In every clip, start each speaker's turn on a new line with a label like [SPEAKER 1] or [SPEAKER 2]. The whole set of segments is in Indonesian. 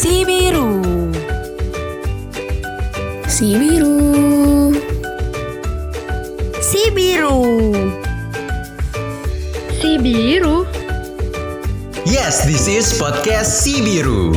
[SPEAKER 1] Si Biru. Si Biru. Si Biru.
[SPEAKER 2] Si Biru.
[SPEAKER 3] Yes, this is podcast Si Biru.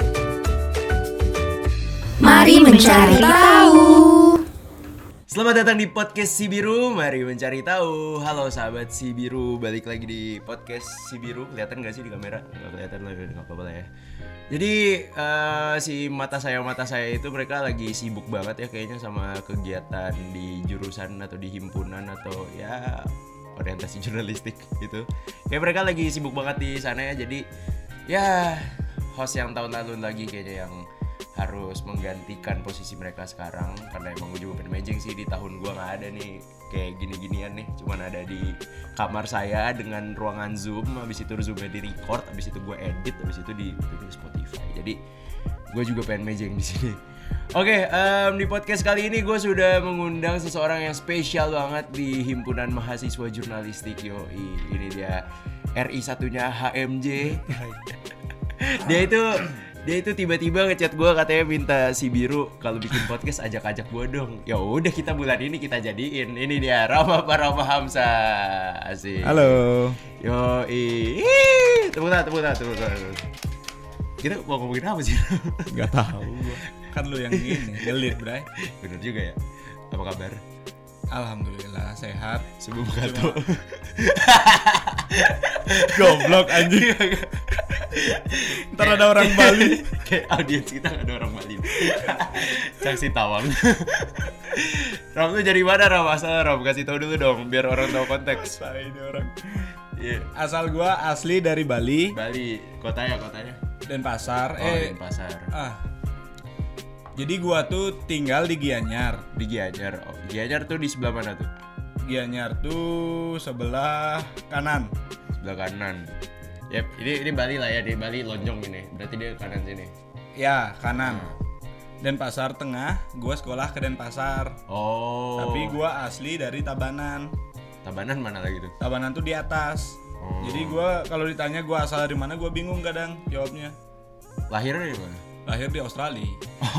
[SPEAKER 1] Mari mencari tahu.
[SPEAKER 3] Selamat datang di podcast Si Biru, mari mencari tahu. Halo sahabat Si Biru, balik lagi di podcast Si Biru. Kelihatan gak sih di kamera? Gak kelihatan lah, gak apa-apa lah ya. Jadi si mata saya itu mereka lagi sibuk banget ya kayaknya sama kegiatan di jurusan atau di himpunan atau ya orientasi jurnalistik gitu. Kayak mereka lagi sibuk banget di sana ya. Jadi ya host yang tahun lalu lagi kayaknya yang harus menggantikan posisi mereka sekarang, karena emang gue juga pengen mejeng sih di tahun gue nggak ada nih kayak gini-ginian nih, cuman ada di kamar saya dengan ruangan Zoom, habis itu Zoomnya di record, habis itu gue edit, habis itu di Spotify. Jadi gue juga pengen mejeng di sini. Oke, di podcast kali ini gue sudah mengundang seseorang yang spesial banget di Himpunan Mahasiswa Jurnalistik. Yoi, ini dia RI satunya HMJ. Dia itu tiba-tiba ngechat gue katanya minta Si Biru kalau bikin podcast ajak-ajak gue dong. Ya udah kita bulan ini kita jadiin. Ini dia Rama Hamzah. Asik.
[SPEAKER 4] Halo.
[SPEAKER 3] Yoi. Tepuk tangan. Kita mau ngomongin apa sih?
[SPEAKER 4] Gak tahu gua. Kan lu yang gini, gelit, Bray.
[SPEAKER 3] Bener juga ya. Apa kabar?
[SPEAKER 4] Alhamdulillah sehat.
[SPEAKER 3] Sebelum gato.
[SPEAKER 4] Goblok anjing. Ntar ada orang Bali.
[SPEAKER 3] Kayak audiens kita gak ada orang Bali. Cangsi Tawang. Ram tuh dari mana Ram? Asal Ram kasih tahu dulu dong biar orang tahu konteks.
[SPEAKER 4] Ini orang.
[SPEAKER 3] Iya.
[SPEAKER 4] Asal gua asli dari Bali.
[SPEAKER 3] Bali, kotanya.
[SPEAKER 4] Denpasar.
[SPEAKER 3] Denpasar.
[SPEAKER 4] Jadi gua tuh tinggal di Gianyar.
[SPEAKER 3] Di Gianyar. Oh, Gianyar tuh di sebelah mana tuh?
[SPEAKER 4] Gianyar tuh sebelah kanan.
[SPEAKER 3] Sebelah kanan. Yep, ini Bali lah ya, di Bali lonjong ini. Berarti dia kanan sini.
[SPEAKER 4] Ya, kanan. Denpasar tengah, gua sekolah ke Denpasar.
[SPEAKER 3] Oh.
[SPEAKER 4] Tapi gua asli dari Tabanan.
[SPEAKER 3] Tabanan mana lagi tuh?
[SPEAKER 4] Tabanan tuh di atas.
[SPEAKER 3] Oh.
[SPEAKER 4] Jadi gua kalau ditanya gua asal dari mana, gua bingung kadang jawabnya.
[SPEAKER 3] Lahirnya di mana?
[SPEAKER 4] Lahir di Australia.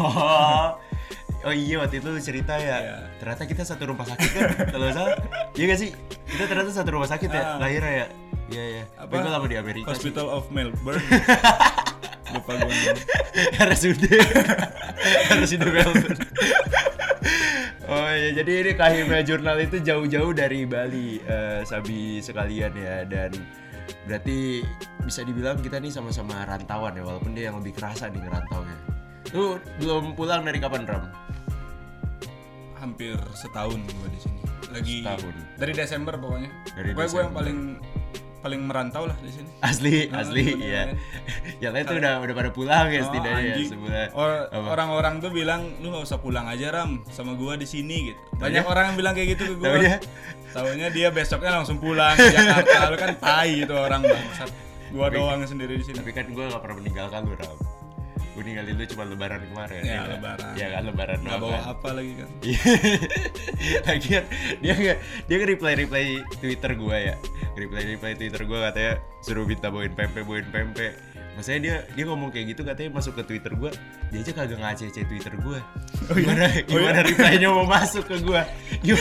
[SPEAKER 3] Oh iya, waktu itu lu cerita ya.
[SPEAKER 4] Iya.
[SPEAKER 3] Ternyata kita satu rumah sakit kan, kalau nggak salah. Iya gak sih? Kita ternyata satu rumah sakit ya, lahirnya ya. Iya.
[SPEAKER 4] Apa?
[SPEAKER 3] Tapi gue lama di Amerika
[SPEAKER 4] Hospital
[SPEAKER 3] sih.
[SPEAKER 4] of Melbourne. Lupa gue.
[SPEAKER 3] RSUD Melbourne. Oh iya, jadi ini Kahimnya Jurnal itu jauh-jauh dari Bali, Sabi sekalian ya. Dan berarti bisa dibilang kita nih sama-sama rantauan ya, walaupun dia yang lebih kerasa nih ngerantaunya. Lu belum pulang dari kapan, Ram?
[SPEAKER 4] Hampir setahun gue di sini. Lagi
[SPEAKER 3] Setahun.
[SPEAKER 4] dari Desember pokoknya.
[SPEAKER 3] Dari
[SPEAKER 4] Gue
[SPEAKER 3] Desember.
[SPEAKER 4] yang paling merantau lah di sini.
[SPEAKER 3] Asli,
[SPEAKER 4] bener,
[SPEAKER 3] iya.
[SPEAKER 4] bener.
[SPEAKER 3] Yang lain tuh udah pada pulang ya setidaknya ya,
[SPEAKER 4] Anjing.
[SPEAKER 3] sebulan. Apa?
[SPEAKER 4] Orang-orang tuh bilang lu nggak usah pulang aja Ram sama gua di sini gitu. Banyak
[SPEAKER 3] Taunya?
[SPEAKER 4] orang yang bilang kayak gitu ke gua.
[SPEAKER 3] Taunya?
[SPEAKER 4] Taunya dia besoknya langsung pulang ke Jakarta. Lu kan tai itu orang bangsat. Gua doang sendiri di sini.
[SPEAKER 3] Tapi kan gue gak pernah meninggalkan lu, Ram. Gue ninggalin lu cuma lebaran kemarin.
[SPEAKER 4] Ya,
[SPEAKER 3] kan?
[SPEAKER 4] lebaran.
[SPEAKER 3] Iya kan, lebaran
[SPEAKER 4] Nggak
[SPEAKER 3] doang
[SPEAKER 4] bawa
[SPEAKER 3] kan.
[SPEAKER 4] apa lagi kan.
[SPEAKER 3] Iya. Lagian dia reply Twitter gue ya. Reply Twitter gue katanya suruh minta bawain pempek. Maksudnya dia ngomong kayak gitu, katanya masuk ke Twitter gue, dia aja kagak nge-ACC Twitter gue. Gimana reply-nya mau masuk ke gue?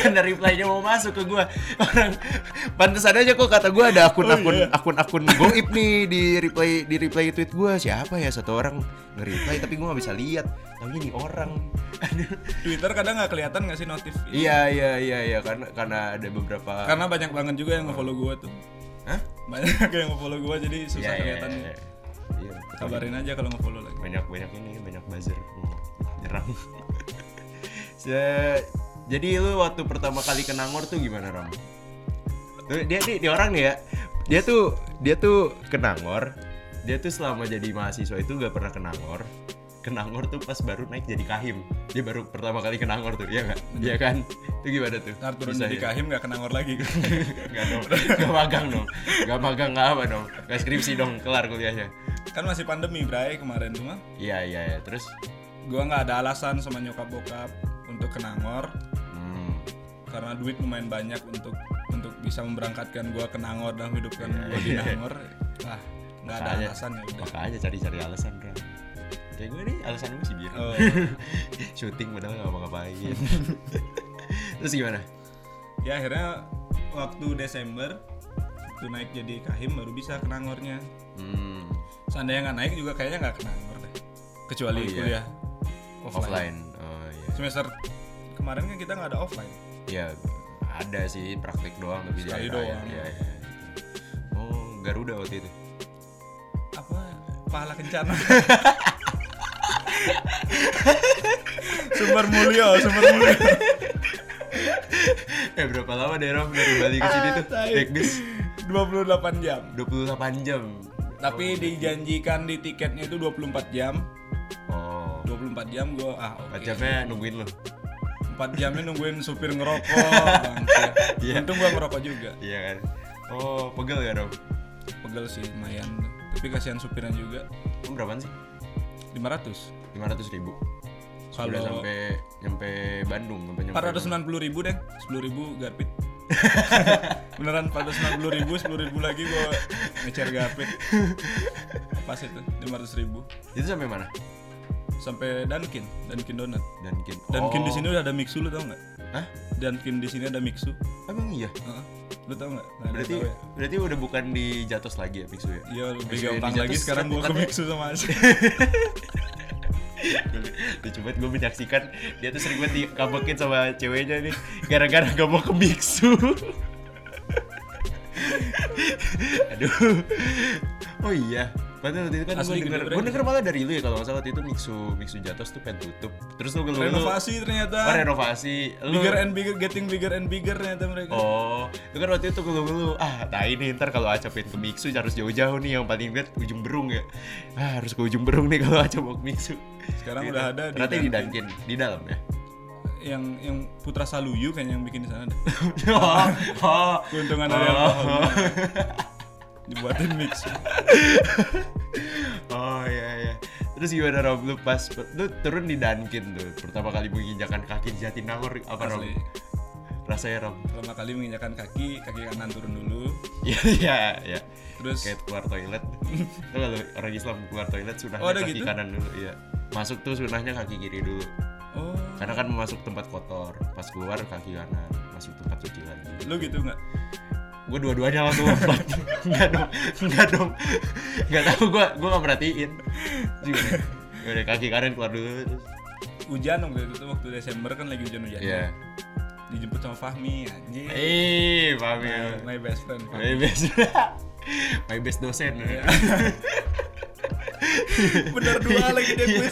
[SPEAKER 3] Orang pantesan aja kok kata gue ada akun goib nih di reply tweet gue. Siapa ya satu orang nge-reply tapi gue nggak bisa lihat. Tapi ini orang.
[SPEAKER 4] Twitter kadang nggak kelihatan nggak sih notif?
[SPEAKER 3] Iya karena ada beberapa.
[SPEAKER 4] Karena banyak banget juga yang nge-follow gua tuh.
[SPEAKER 3] Hah?
[SPEAKER 4] Banyak yang nge-follow gua jadi susah kelihatannya.
[SPEAKER 3] Iya.
[SPEAKER 4] Kabarin aja kalau nge-follow lagi.
[SPEAKER 3] Banyak buzzer nyerang. Jadi lu waktu pertama kali ke Nangor tuh gimana, Ram? Dia orang nih ya. Dia tuh ke Nangor. Dia tuh selama jadi mahasiswa itu gak pernah ke Nangor. Ke Nangor tuh pas baru naik jadi Kahim. Dia baru pertama kali ke Nangor tuh, iya enggak? Iya kan? Itu gimana tuh?
[SPEAKER 4] Ntar turun jadi Kahim gak ke Nangor lagi.
[SPEAKER 3] Enggak dong. Gak magang dong. Gak apa dong. Gak skripsi dong, kelar kuliahnya.
[SPEAKER 4] Kan masih pandemi Bray kemarin tuh mah.
[SPEAKER 3] Iya. Terus
[SPEAKER 4] Gua nggak ada alasan sama nyokap bokap untuk ke Nangor. Karena duit lumayan banyak untuk bisa memberangkatkan gua ke Nangor dan menghidupkan gua di Nangor. Nggak ada alasan ya udah.
[SPEAKER 3] Makanya cari alasan, Ram. Kayak gue nih alasan gue Sibiru.
[SPEAKER 4] Oh.
[SPEAKER 3] Syuting padahal nggak ngapa-ngapain. Terus gimana?
[SPEAKER 4] Ya akhirnya waktu Desember waktu naik jadi kahim baru bisa ke Nangornya. Seandainya nggak naik juga kayaknya nggak ke Nangor deh. Kecuali
[SPEAKER 3] Oh, iya.
[SPEAKER 4] kuliah
[SPEAKER 3] Offline. Oh iya.
[SPEAKER 4] Semester kemarin kan kita nggak ada offline.
[SPEAKER 3] Ya ada sih praktik doang tapi di
[SPEAKER 4] Sekali
[SPEAKER 3] akhir-akhir.
[SPEAKER 4] doang.
[SPEAKER 3] Iya, iya. Oh Garuda waktu itu.
[SPEAKER 4] Apa pahala kencana. sumber mulia.
[SPEAKER 3] Berapa lama deh Rom dari Bali ke sini tuh? Naik bis
[SPEAKER 4] 28 jam.
[SPEAKER 3] 28 jam.
[SPEAKER 4] Tapi dijanjikan di tiketnya itu 24 jam.
[SPEAKER 3] Oh.
[SPEAKER 4] 24 jam gua oke.
[SPEAKER 3] 4 jamnya nungguin lo.
[SPEAKER 4] 4 jamnya nungguin supir ngerokok. Bangke.
[SPEAKER 3] Iya.
[SPEAKER 4] Untung gua ngerokok juga.
[SPEAKER 3] Iya kan. Oh pegel ya Rom?
[SPEAKER 4] Pegel sih lumayan. Tapi kasihan supirnya juga.
[SPEAKER 3] Berapaan sih?
[SPEAKER 4] 500.
[SPEAKER 3] 500.000.
[SPEAKER 4] Kalau
[SPEAKER 3] Udah sampai nyampe Bandung, sampai
[SPEAKER 4] 490.000 deh, 10.000 garpit. Beneran 490.000, 10.000 lagi gua ngecer garpit. Pas itu 500.000.
[SPEAKER 3] Itu sampai mana?
[SPEAKER 4] Sampai Dunkin Donut.
[SPEAKER 3] Dunkin
[SPEAKER 4] Di sini udah ada mixu, lu tau nggak?
[SPEAKER 3] Hah?
[SPEAKER 4] Dunkin di sini ada mixu.
[SPEAKER 3] Emang iya?
[SPEAKER 4] Lu tau nggak? Nah,
[SPEAKER 3] Berarti udah bukan di Jatos lagi ya Pixu ya?
[SPEAKER 4] iya lebih
[SPEAKER 3] Maksudnya
[SPEAKER 4] gampang
[SPEAKER 3] di
[SPEAKER 4] lagi
[SPEAKER 3] Jatos
[SPEAKER 4] sekarang gua ke
[SPEAKER 3] katanya-
[SPEAKER 4] mixu sama Asyik.
[SPEAKER 3] Lucu banget gue menyaksikan dia tuh sering banget dikabekin sama ceweknya nih gara-gara gak mau ke Biksu. Aduh. Oh iya. Padahal waktu itu kan
[SPEAKER 4] Asli gede,
[SPEAKER 3] gue denger malah dari lu ya kalau nggak salah waktu itu Mixu Jatos tuh pengen tutup. Terus lu
[SPEAKER 4] Renovasi ternyata.
[SPEAKER 3] Oh renovasi. Lu
[SPEAKER 4] Getting bigger and bigger ternyata mereka.
[SPEAKER 3] Oh, itu kan waktu itu lu tai nih ntar kalau Aca pengen ke Mixu harus jauh-jauh nih yang paling dekat ujung Berung ya. Harus ke ujung Berung nih kalau Aca mau ke Mixu.
[SPEAKER 4] Sekarang udah ada
[SPEAKER 3] Ternyata di Dunkin di dalam ya.
[SPEAKER 4] Yang Putra Saluyu kayaknya yang bikin di sana deh.
[SPEAKER 3] Oh.
[SPEAKER 4] Keuntungan dari alkohol. Dibuatin mix.
[SPEAKER 3] Oh iya. Terus gimana Rob, lu pas lu turun di Dunkin tuh pertama kali menginjakan kaki di Jatinangor apa Rob?
[SPEAKER 4] Asli.
[SPEAKER 3] Rasanya Rob?
[SPEAKER 4] Pertama kali menginjakan kaki kanan turun dulu.
[SPEAKER 3] Iya.
[SPEAKER 4] Terus
[SPEAKER 3] Kayak keluar toilet. Tuh kalau orang Islam keluar toilet sunahnya
[SPEAKER 4] Oh, ada
[SPEAKER 3] kaki
[SPEAKER 4] gitu?
[SPEAKER 3] kanan dulu, iya. Masuk tuh sunahnya kaki kiri dulu.
[SPEAKER 4] oh,
[SPEAKER 3] Karena kan masuk tempat kotor, pas keluar kaki kanan, masuk tempat cuci lagi.
[SPEAKER 4] lu gitu nggak?
[SPEAKER 3] Gue dua-duanya langsung lompat. Enggak dong. Enggak tahu gue enggak merhatiin. Udah kaki kanan keluar dulu terus.
[SPEAKER 4] Hujan waktu Desember kan lagi hujan-hujan.
[SPEAKER 3] Iya.
[SPEAKER 4] Dijemput sama Fahmi anjing.
[SPEAKER 3] Paham ya.
[SPEAKER 4] My best friend.
[SPEAKER 3] My best. My best dosen.
[SPEAKER 4] Bener dua lagi dia kuis.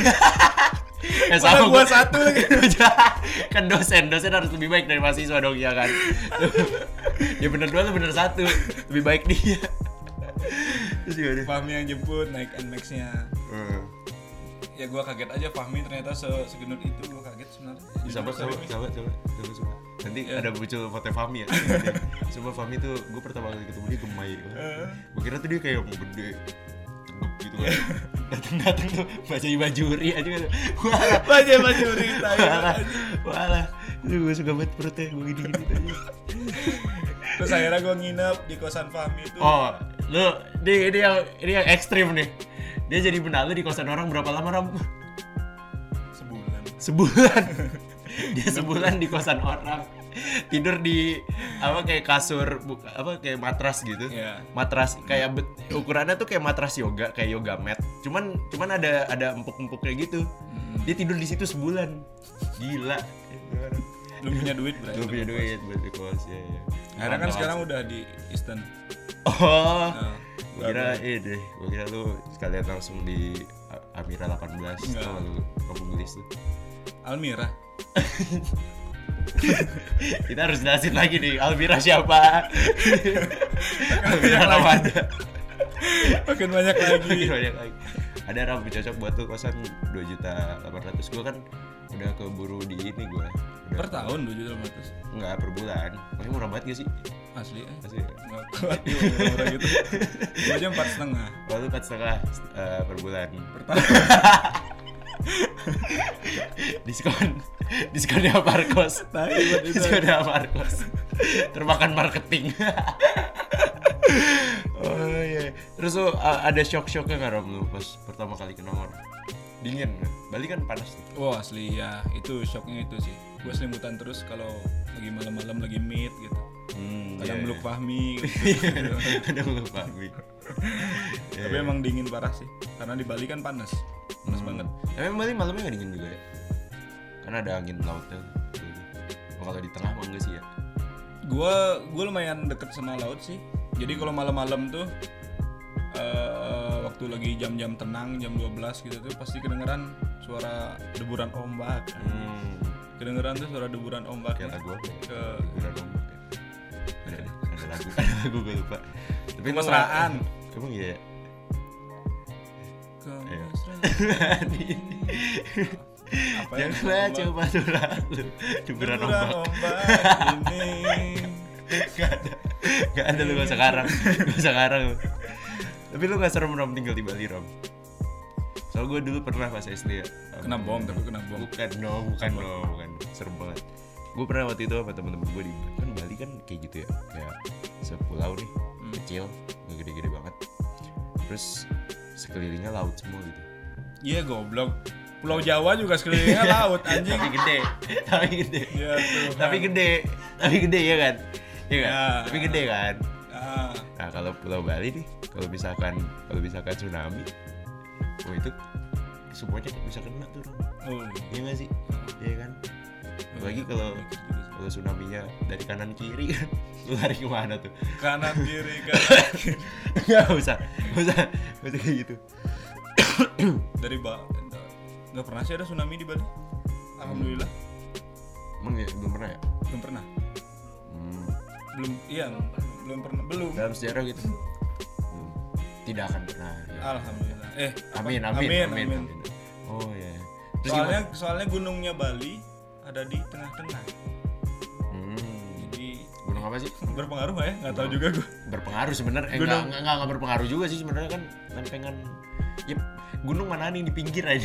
[SPEAKER 3] Sama
[SPEAKER 4] gua satu lagi.
[SPEAKER 3] Kan dosen harus lebih baik dari mahasiswa dong ya kan. Ya bener dua lu bener satu, lebih baik dia. Terus gimana?
[SPEAKER 4] Fahmi yang jemput naik Nmax-nya. Ya gua kaget aja Fahmi ternyata segenut itu, gua kaget sebenarnya.
[SPEAKER 3] Coba. Nanti ada muncul foto Fahmi ya. Coba Fahmi tuh gue pertama kali ketemu dia gemay. Gue kira tuh dia kayak mau gede, tegep gitu kan. Datang tuh baca bajuri aja kan.
[SPEAKER 4] Baca bajuri
[SPEAKER 3] Walah. Lu gue suka banget perutnya gue gini aja.
[SPEAKER 4] Terus akhirnya gua nginep di kosan Fahmi itu.
[SPEAKER 3] Oh, lu ini yang ekstrim nih. Dia jadi benalu di kosan orang berapa lama Ram? Sebulan. Dia sebulan di kosan orang. Tidur di kayak kasur kayak matras gitu.
[SPEAKER 4] Iya.
[SPEAKER 3] Matras kayak ukurannya tuh kayak matras yoga, kayak yoga mat. Cuman ada empuk-empuknya gitu. Dia tidur di situ sebulan. Gila.
[SPEAKER 4] Belum punya duit berarti.
[SPEAKER 3] Belum punya duit buat di kos ya.
[SPEAKER 4] Akhirnya kan sekarang udah di Eastern.
[SPEAKER 3] Oh.
[SPEAKER 4] Nah,
[SPEAKER 3] Gue kira lu sekalian langsung di Amira 18
[SPEAKER 4] Enggak.
[SPEAKER 3] tuh lu kampung gelis tuh.
[SPEAKER 4] Almira.
[SPEAKER 3] Kita harus jelasin lagi nih Almira siapa. Almira Rawada.
[SPEAKER 4] Makin banyak lagi.
[SPEAKER 3] Makin banyak lagi. Ada rambut cocok buat tuh kosan 2.800.000. Gue kan udah keburu di ini gue.
[SPEAKER 4] Per tahun 2.500.000.
[SPEAKER 3] Enggak per bulan. Makanya murah banget gak sih?
[SPEAKER 4] Asli
[SPEAKER 3] Asli.
[SPEAKER 4] nggak kuat ya murah gitu. Gua aja 4,5.
[SPEAKER 3] Lalu 4,5 per bulan.
[SPEAKER 4] Per tahun.
[SPEAKER 3] Diskonnya Marcos.
[SPEAKER 4] buat itu.
[SPEAKER 3] Diskonnya Marcos. Termakan marketing. Oh iya. Terus lu ada shock-shocknya nggak Rom lu pas pertama kali ke Nangor? Dingin. Bali kan panas tuh.
[SPEAKER 4] Wah asli ya, itu shocknya itu sih. Gue selimutan terus kalau lagi malam-malam lagi meet gitu. Kadang meluk Fahmi gitu.
[SPEAKER 3] Kadang meluk Fahmi.
[SPEAKER 4] Tapi emang dingin parah sih, karena di Bali kan panas banget.
[SPEAKER 3] Tapi Bali malamnya nggak dingin juga ya? Karena ada angin lautnya. Kalau di tengah mah enggak sih ya?
[SPEAKER 4] Gue lumayan deket sama laut sih. Jadi kalau malam-malam tuh waktu lagi jam-jam tenang, jam 12 gitu tuh pasti kedengeran suara deburan ombak. Kedengeran tuh suara deburan ombak.
[SPEAKER 3] Kayak lagu apa ya?
[SPEAKER 4] Deburan ombak.
[SPEAKER 3] Ada lagu gue lupa. Tapi
[SPEAKER 4] Kemesraan.
[SPEAKER 3] Emang iya ya?
[SPEAKER 4] Kemesraan.
[SPEAKER 3] Janganlah coba lalu deburan ombak
[SPEAKER 4] ini.
[SPEAKER 3] Gak ada lu gak sekarang lu. Tapi lu gak serem Rom tinggal di Bali Rom? Soalnya gue dulu pernah pas SD ya.
[SPEAKER 4] Kena bom.
[SPEAKER 3] Bukan serem banget. Gue pernah waktu itu sama temen-temen gue di kan Bali kan kayak gitu ya, kayak sepulau nih, kecil, gak gede-gede banget. Terus sekelilingnya laut semua gitu.
[SPEAKER 4] Iya goblok. Pulau Jawa juga sekelilingnya laut anjing.
[SPEAKER 3] Tapi gede.
[SPEAKER 4] Ya,
[SPEAKER 3] Tapi gede ya kan? Iya kan?
[SPEAKER 4] Ya.
[SPEAKER 3] Tapi gede kan?
[SPEAKER 4] Ah.
[SPEAKER 3] Nah kalau Pulau Bali nih, kalau misalkan tsunami, itu semuanya bisa kena tuh Rom.
[SPEAKER 4] Oh.
[SPEAKER 3] Iya nggak sih? Iya kan? Apalagi kalau tsunami-nya dari kanan kiri kan, lu lari kemana tuh?
[SPEAKER 4] Kanan kiri.
[SPEAKER 3] Nggak usah kayak gitu.
[SPEAKER 4] Dari nggak pernah sih ada tsunami di Bali. Alhamdulillah.
[SPEAKER 3] Emang ya belum pernah ya?
[SPEAKER 4] Belum pernah. Belum.
[SPEAKER 3] Dalam sejarah gitu. Tidak akan pernah. Ya.
[SPEAKER 4] Alhamdulillah.
[SPEAKER 3] Amin. Oh ya.
[SPEAKER 4] Soalnya gunungnya Bali ada di tengah-tengah. Jadi
[SPEAKER 3] gunung apa sih?
[SPEAKER 4] berpengaruh nggak ya? Nggak tahu juga gue.
[SPEAKER 3] Berpengaruh sebenarnya. Enggak berpengaruh juga sih sebenarnya kan lempengan. Yep. Gunung mana nih di pinggir aja.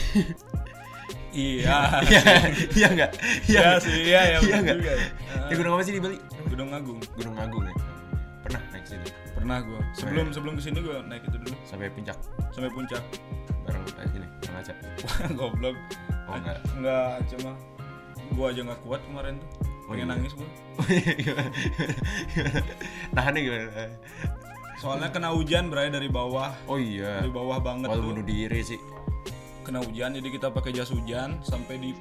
[SPEAKER 4] Iya.
[SPEAKER 3] Iya enggak?
[SPEAKER 4] Iya sih, iya
[SPEAKER 3] enggak?
[SPEAKER 4] juga.
[SPEAKER 3] Ya gunung apa sih di Bali?
[SPEAKER 4] Gunung Agung.
[SPEAKER 3] Gunung Agung ya. Pernah naik situ?
[SPEAKER 4] Pernah gue. Sebelum kesini gue naik itu dulu.
[SPEAKER 3] Sampai puncak. Bareng sini, Bang Aca.
[SPEAKER 4] Wah, goblok.
[SPEAKER 3] Oh enggak.
[SPEAKER 4] Enggak, cuma gue aja nggak kuat kemarin tuh. Pengen nangis gue.
[SPEAKER 3] Tahannya gimana?
[SPEAKER 4] Soalnya kena hujan berada dari bawah.
[SPEAKER 3] Oh iya.
[SPEAKER 4] Dari bawah banget tuh.
[SPEAKER 3] Bunuh diri sih.
[SPEAKER 4] Kena hujan jadi kita pakai jas hujan sampai di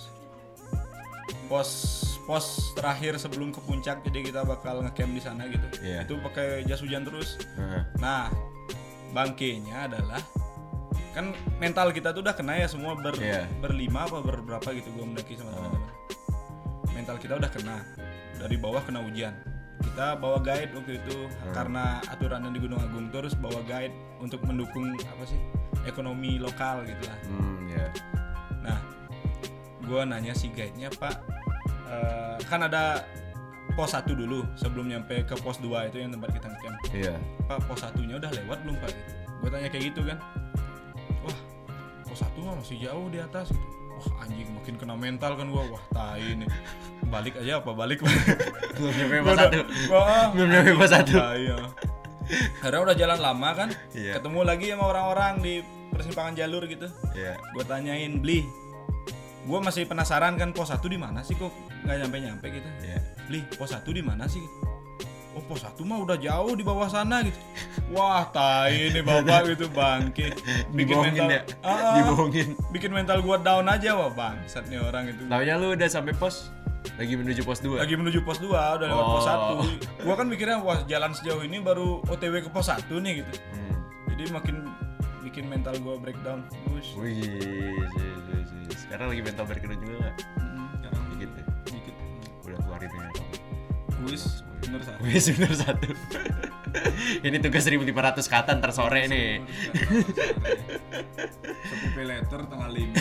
[SPEAKER 4] pos terakhir sebelum ke puncak, jadi kita bakal ngecamp di sana gitu.
[SPEAKER 3] Yeah.
[SPEAKER 4] Itu pakai jas hujan terus. Nah, bangkainya adalah kan mental kita tuh udah kena ya semua berlima apa berberapa gitu gue mendaki sama teman-teman. Mental kita udah kena. Dari bawah kena hujan. Kita bawa guide waktu itu karena aturannya di Gunung Agung terus bawa guide untuk mendukung apa sih? Ekonomi lokal gitu lah. Nah, gue nanya si guide-nya, Pak, kan ada pos 1 dulu sebelum nyampe ke pos 2 itu yang tempat kita ngecamp.
[SPEAKER 3] Iya.
[SPEAKER 4] Pak, pos 1-nya udah lewat belum Pak? Gitu. Gue tanya kayak gitu kan. Wah, pos 1 mah masih jauh di atas gitu. Wah anjing, makin kena mental kan gue. Wah tai nih. Balik aja apa balik?
[SPEAKER 3] Belum nyampe pos 1. Belum nyampe pos 1.
[SPEAKER 4] Iya. Karena udah jalan lama kan, ketemu lagi sama orang-orang di persimpangan jalur gitu. Gue tanyain, Bli, gue masih penasaran kan pos 1 di mana sih kok nggak nyampe gitu. Bli, pos 1 di mana sih? Oh pos 1 mah udah jauh di bawah sana gitu. Wah tai nih bapak gitu bangke.
[SPEAKER 3] Dibohongin.
[SPEAKER 4] Bikin mental gue down aja wah bangsat nih orang itu.
[SPEAKER 3] Taunya lu udah sampai pos lagi menuju pos 2.
[SPEAKER 4] Lagi menuju pos 2 udah lewat pos 1. Gua kan mikirnya wah jalan sejauh ini baru OTW ke pos 1 nih gitu. Jadi makin bikin mental gua breakdown.
[SPEAKER 3] Wih. Sekarang lagi mental breakdown juga enggak? Sekarang dikit. Udah keluarin ya. Bener 1. Ini tugas 1500 kata ntar sore nih.
[SPEAKER 4] Shopee Pay Later tanggal 5.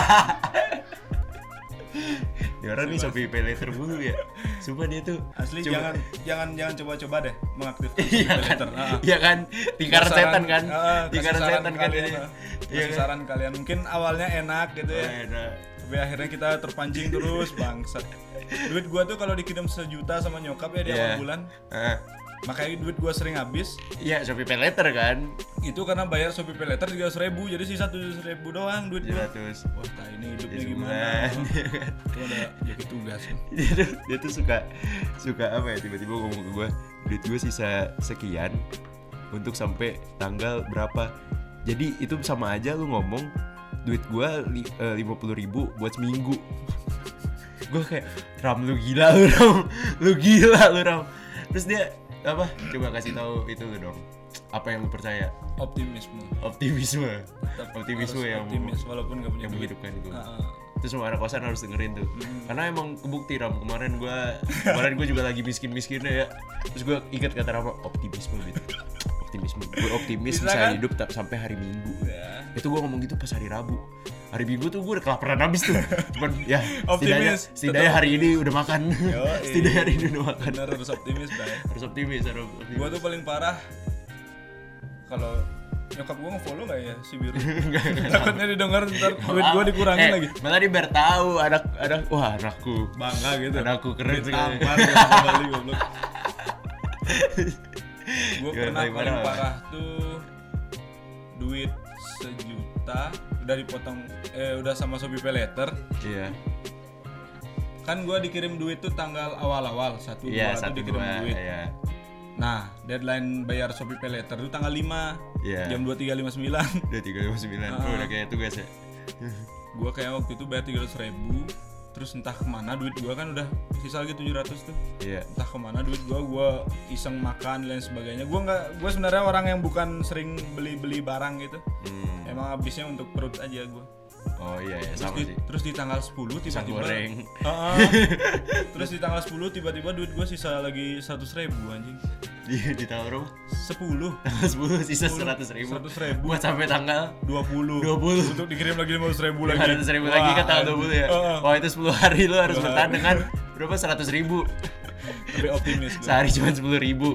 [SPEAKER 3] Ya orang nih Shopee Pay Later dulu ya. Sumpah dia tuh
[SPEAKER 4] asli jangan coba-coba deh mengaktifkan Shopee Pay Later.
[SPEAKER 3] Iya kan? Lingkaran setan kan?
[SPEAKER 4] Lingkaran setan kan ini. Saran kalian mungkin awalnya enak gitu ya. Tapi akhirnya kita terpancing terus bangsat. Duit gua tuh kalau dikirim 1 juta sama nyokap ya di awal bulan. Makanya duit gue sering habis.
[SPEAKER 3] Iya, Shopee Pay Later kan.
[SPEAKER 4] Itu karena bayar Shopee Pay Later 300.000, jadi sisa 700.000 doang duit gue.
[SPEAKER 3] 700.
[SPEAKER 4] Wah, ini hidupnya
[SPEAKER 3] Ya,
[SPEAKER 4] gimana? Itu ada jadi tugas.
[SPEAKER 3] Dia tuh suka apa ya, tiba-tiba ngomong ke gue, duit gue sisa sekian untuk sampai tanggal berapa. Jadi itu sama aja lu ngomong duit gue 50.000 buat seminggu. Gue kayak, Ram lu gila lu Ram, lu gila lu Ram. Terus dia apa? Coba kasih tahu itu lu dong. Apa yang lu percaya?
[SPEAKER 4] Optimisme
[SPEAKER 3] yang
[SPEAKER 4] optimis walaupun gak punya
[SPEAKER 3] yang
[SPEAKER 4] duit.
[SPEAKER 3] menghidupkan itu. Itu semua anak kosan harus dengerin tuh. Karena emang kebukti Ram, kemarin gue juga lagi miskin-miskinnya ya. Terus gue ingat kata Rama, optimisme gitu. Gue optimis bisa
[SPEAKER 4] kan?
[SPEAKER 3] hidup sampai hari Minggu.
[SPEAKER 4] Ya.
[SPEAKER 3] Itu gue ngomong gitu pas hari Rabu. Hari Minggu tuh gue udah kelaparan habis tuh. Cuman ya setidaknya hari ini udah makan. Setidaknya hari ini udah makan.
[SPEAKER 4] Bener, harus optimis, Bray.
[SPEAKER 3] Harus optimis.
[SPEAKER 4] Gue tuh paling parah kalau nyokap gue nge-follow gak ya si Biru? Takutnya didengar ntar duit gue dikurangin lagi.
[SPEAKER 3] Malah dia biar tahu wah anakku
[SPEAKER 4] Bangga gitu.
[SPEAKER 3] Anakku keren sekali.
[SPEAKER 4] Tampar kembali goblok. Gue pernah
[SPEAKER 3] paling
[SPEAKER 4] paling
[SPEAKER 3] parah.
[SPEAKER 4] parah tuh duit 1 juta udah dipotong udah sama Shopee Pay Later.
[SPEAKER 3] Iya.
[SPEAKER 4] Kan gue dikirim duit tuh tanggal awal-awal 1, 2
[SPEAKER 3] Iya,
[SPEAKER 4] tuh dikirim duit.
[SPEAKER 3] Iya.
[SPEAKER 4] Nah, deadline bayar Shopee Pay Later tuh tanggal 5
[SPEAKER 3] Iya.
[SPEAKER 4] jam 23.59.
[SPEAKER 3] Udah 359. Udah kayak tugas ya.
[SPEAKER 4] Gue kayak waktu itu bayar 300.000, terus entah kemana duit gue kan udah sisa lagi 700 tuh.
[SPEAKER 3] Iya.
[SPEAKER 4] Entah kemana duit gue iseng makan dan lain sebagainya. Gue sebenarnya orang yang bukan sering beli barang gitu. Emang habisnya untuk perut aja gue.
[SPEAKER 3] Oh iya ya, sama sih.
[SPEAKER 4] Terus di tanggal 10
[SPEAKER 3] Pisang
[SPEAKER 4] tiba-tiba
[SPEAKER 3] goreng.
[SPEAKER 4] Terus di tanggal 10 tiba-tiba duit gue sisa lagi 100.000 anjing.
[SPEAKER 3] Di tanggal berapa?
[SPEAKER 4] 10
[SPEAKER 3] Tanggal 10 sisa 100.000.
[SPEAKER 4] 100.000
[SPEAKER 3] Buat sampai tanggal
[SPEAKER 4] 20 untuk dikirim lagi 500.000 lagi.
[SPEAKER 3] 500.000 lagi kan tanggal 20 ya. Wah, itu 10 hari lu harus
[SPEAKER 4] 10
[SPEAKER 3] bertahan
[SPEAKER 4] hari.
[SPEAKER 3] dengan berapa? 100.000.
[SPEAKER 4] Tapi optimis gue.
[SPEAKER 3] Sehari cuma 10.000.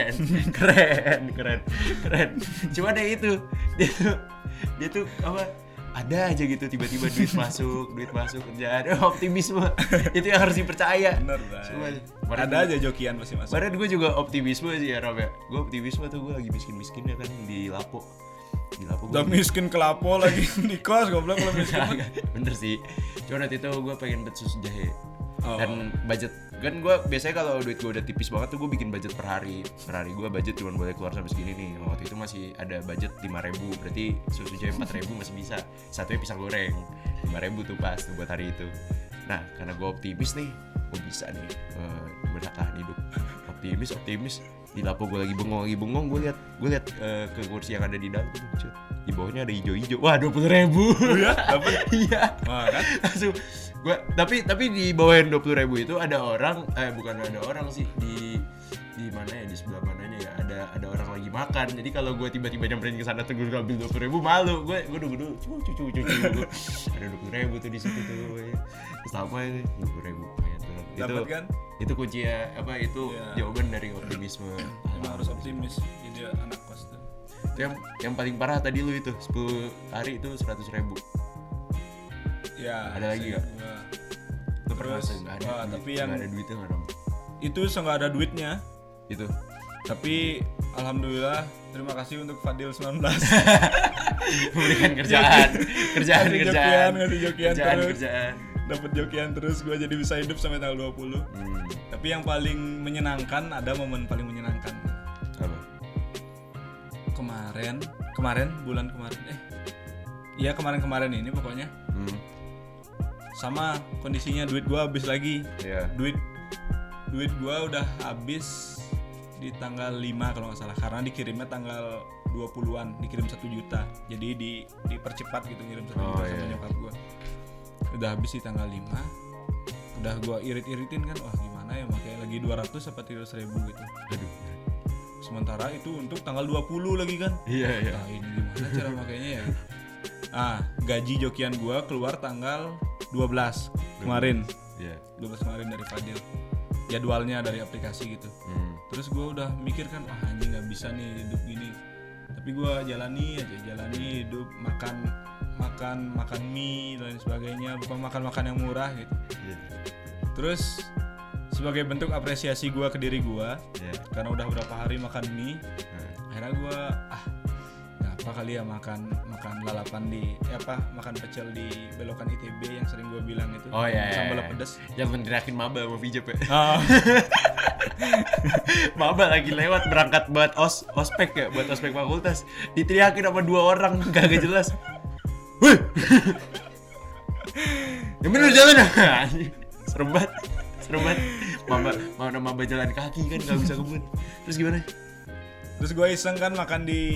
[SPEAKER 3] Keren. Cuma deh itu. Dia tuh apa? Ada aja gitu tiba-tiba duit masuk kerjaan. Optimisme. Itu yang harus dipercaya.
[SPEAKER 4] Bener, Bray. Ada aja jokian pasti masuk.
[SPEAKER 3] Kemarin gue juga optimisme sih ya, Rob ya. Gue optimisme tuh, gue lagi miskin-miskinnya kan di Lapo.
[SPEAKER 4] Udah miskin ke Lapo lagi di kos goblok kalau miskin.
[SPEAKER 3] Bener sih. Cuma nanti tuh gue pengen bet susu jahe.
[SPEAKER 4] Oh.
[SPEAKER 3] Dan budget kan gue biasanya kalau duit gue udah tipis banget tuh gue bikin budget per hari gue budget cuma boleh keluar sampai segini nih. Waktu itu masih ada budget 5.000, berarti susu jahe 4.000 masih bisa. Satunya pisang goreng 5.000 tuh pas tuh buat hari itu. Nah karena gue optimis nih, gue bisa nih bertahan hidup. Optimis di Lapo gue lagi bengong, gue lihat ke kursi yang ada di dalam tuh, di bawahnya ada hijau-hijau. Wah 20.000.
[SPEAKER 4] Oh ya? Dapat?
[SPEAKER 3] Iya.
[SPEAKER 4] Wah kan?
[SPEAKER 3] Langsung gue tapi di bawahin 20.000 itu ada orang bukan ada orang sih di mana ya, di sebelah mananya ya, ada orang lagi makan. Jadi kalau gue tiba-tiba nyamperin ke sana tuh gue ngambil 20.000 malu. Gue dulu cucu ada 20.000 tuh di situ tuh. Sama ini 20.000
[SPEAKER 4] Dapat kan?
[SPEAKER 3] Itu kunci ya, apa itu jawaban dari optimisme.
[SPEAKER 4] Emang harus optimis jadi anak kos tuh.
[SPEAKER 3] Itu yang paling parah tadi lu itu 10 hari itu 100.000.
[SPEAKER 4] Ya,
[SPEAKER 3] ada lagi gak? Lu pernah nggak ada?
[SPEAKER 4] Tapi yang
[SPEAKER 3] nggak ada duitnya nggak dong?
[SPEAKER 4] Itu nggak ada duitnya.
[SPEAKER 3] Itu.
[SPEAKER 4] Tapi alhamdulillah terima kasih untuk Fadil 19.
[SPEAKER 3] Memberikan kerjaan.
[SPEAKER 4] Ngasih jokian terus.
[SPEAKER 3] Kerjaan.
[SPEAKER 4] Dapat jokian terus, gue jadi bisa hidup sampai tanggal 20. Tapi yang paling menyenangkan, ada momen paling menyenangkan.
[SPEAKER 3] Apa?
[SPEAKER 4] Kemarin bulan kemarin. Iya kemarin ini pokoknya. Sama kondisinya duit gue habis lagi.
[SPEAKER 3] Yeah.
[SPEAKER 4] Duit gue udah habis di tanggal 5 kalau nggak salah, karena dikirimnya tanggal 20-an, dikirim 1 juta. Jadi dipercepat gitu ngirim 1 juta sama nyokap gue. Udah habis di tanggal 5. Udah gue irit-iritin kan, wah gimana ya makanya lagi 200 apa 300.000 gitu.
[SPEAKER 3] Aduh.
[SPEAKER 4] Sementara itu untuk tanggal 20 lagi kan.
[SPEAKER 3] Iya.
[SPEAKER 4] Nah ini gimana cara makanya ya. Gaji jokian gue keluar tanggal 12 kemarin.
[SPEAKER 3] Iya.
[SPEAKER 4] 12 kemarin dari Fadil. Jadwalnya dari aplikasi gitu. Terus gue udah mikir kan, wah anjing gak bisa nih hidup gini. Tapi gue jalani hidup, makan mie dan lain sebagainya, bukan makan yang murah gitu.
[SPEAKER 3] Yeah.
[SPEAKER 4] Terus sebagai bentuk apresiasi gue ke diri gue, karena udah berapa hari makan mie, akhirnya gue nggak apa kali ya makan lalapan makan pecel di belokan ITB yang sering gue bilang itu, sambal pedas,
[SPEAKER 3] yang meneriakin maba sama Vijep ya. Maba lagi lewat berangkat buat ospek ya, buat ospek fakultas, diteriakin sama 2 orang kagak jelas. Wih, yang bener jalan ya. Serem banget. Mama jalan kaki kan nggak bisa kebun. Terus gimana?
[SPEAKER 4] Terus gue iseng kan makan di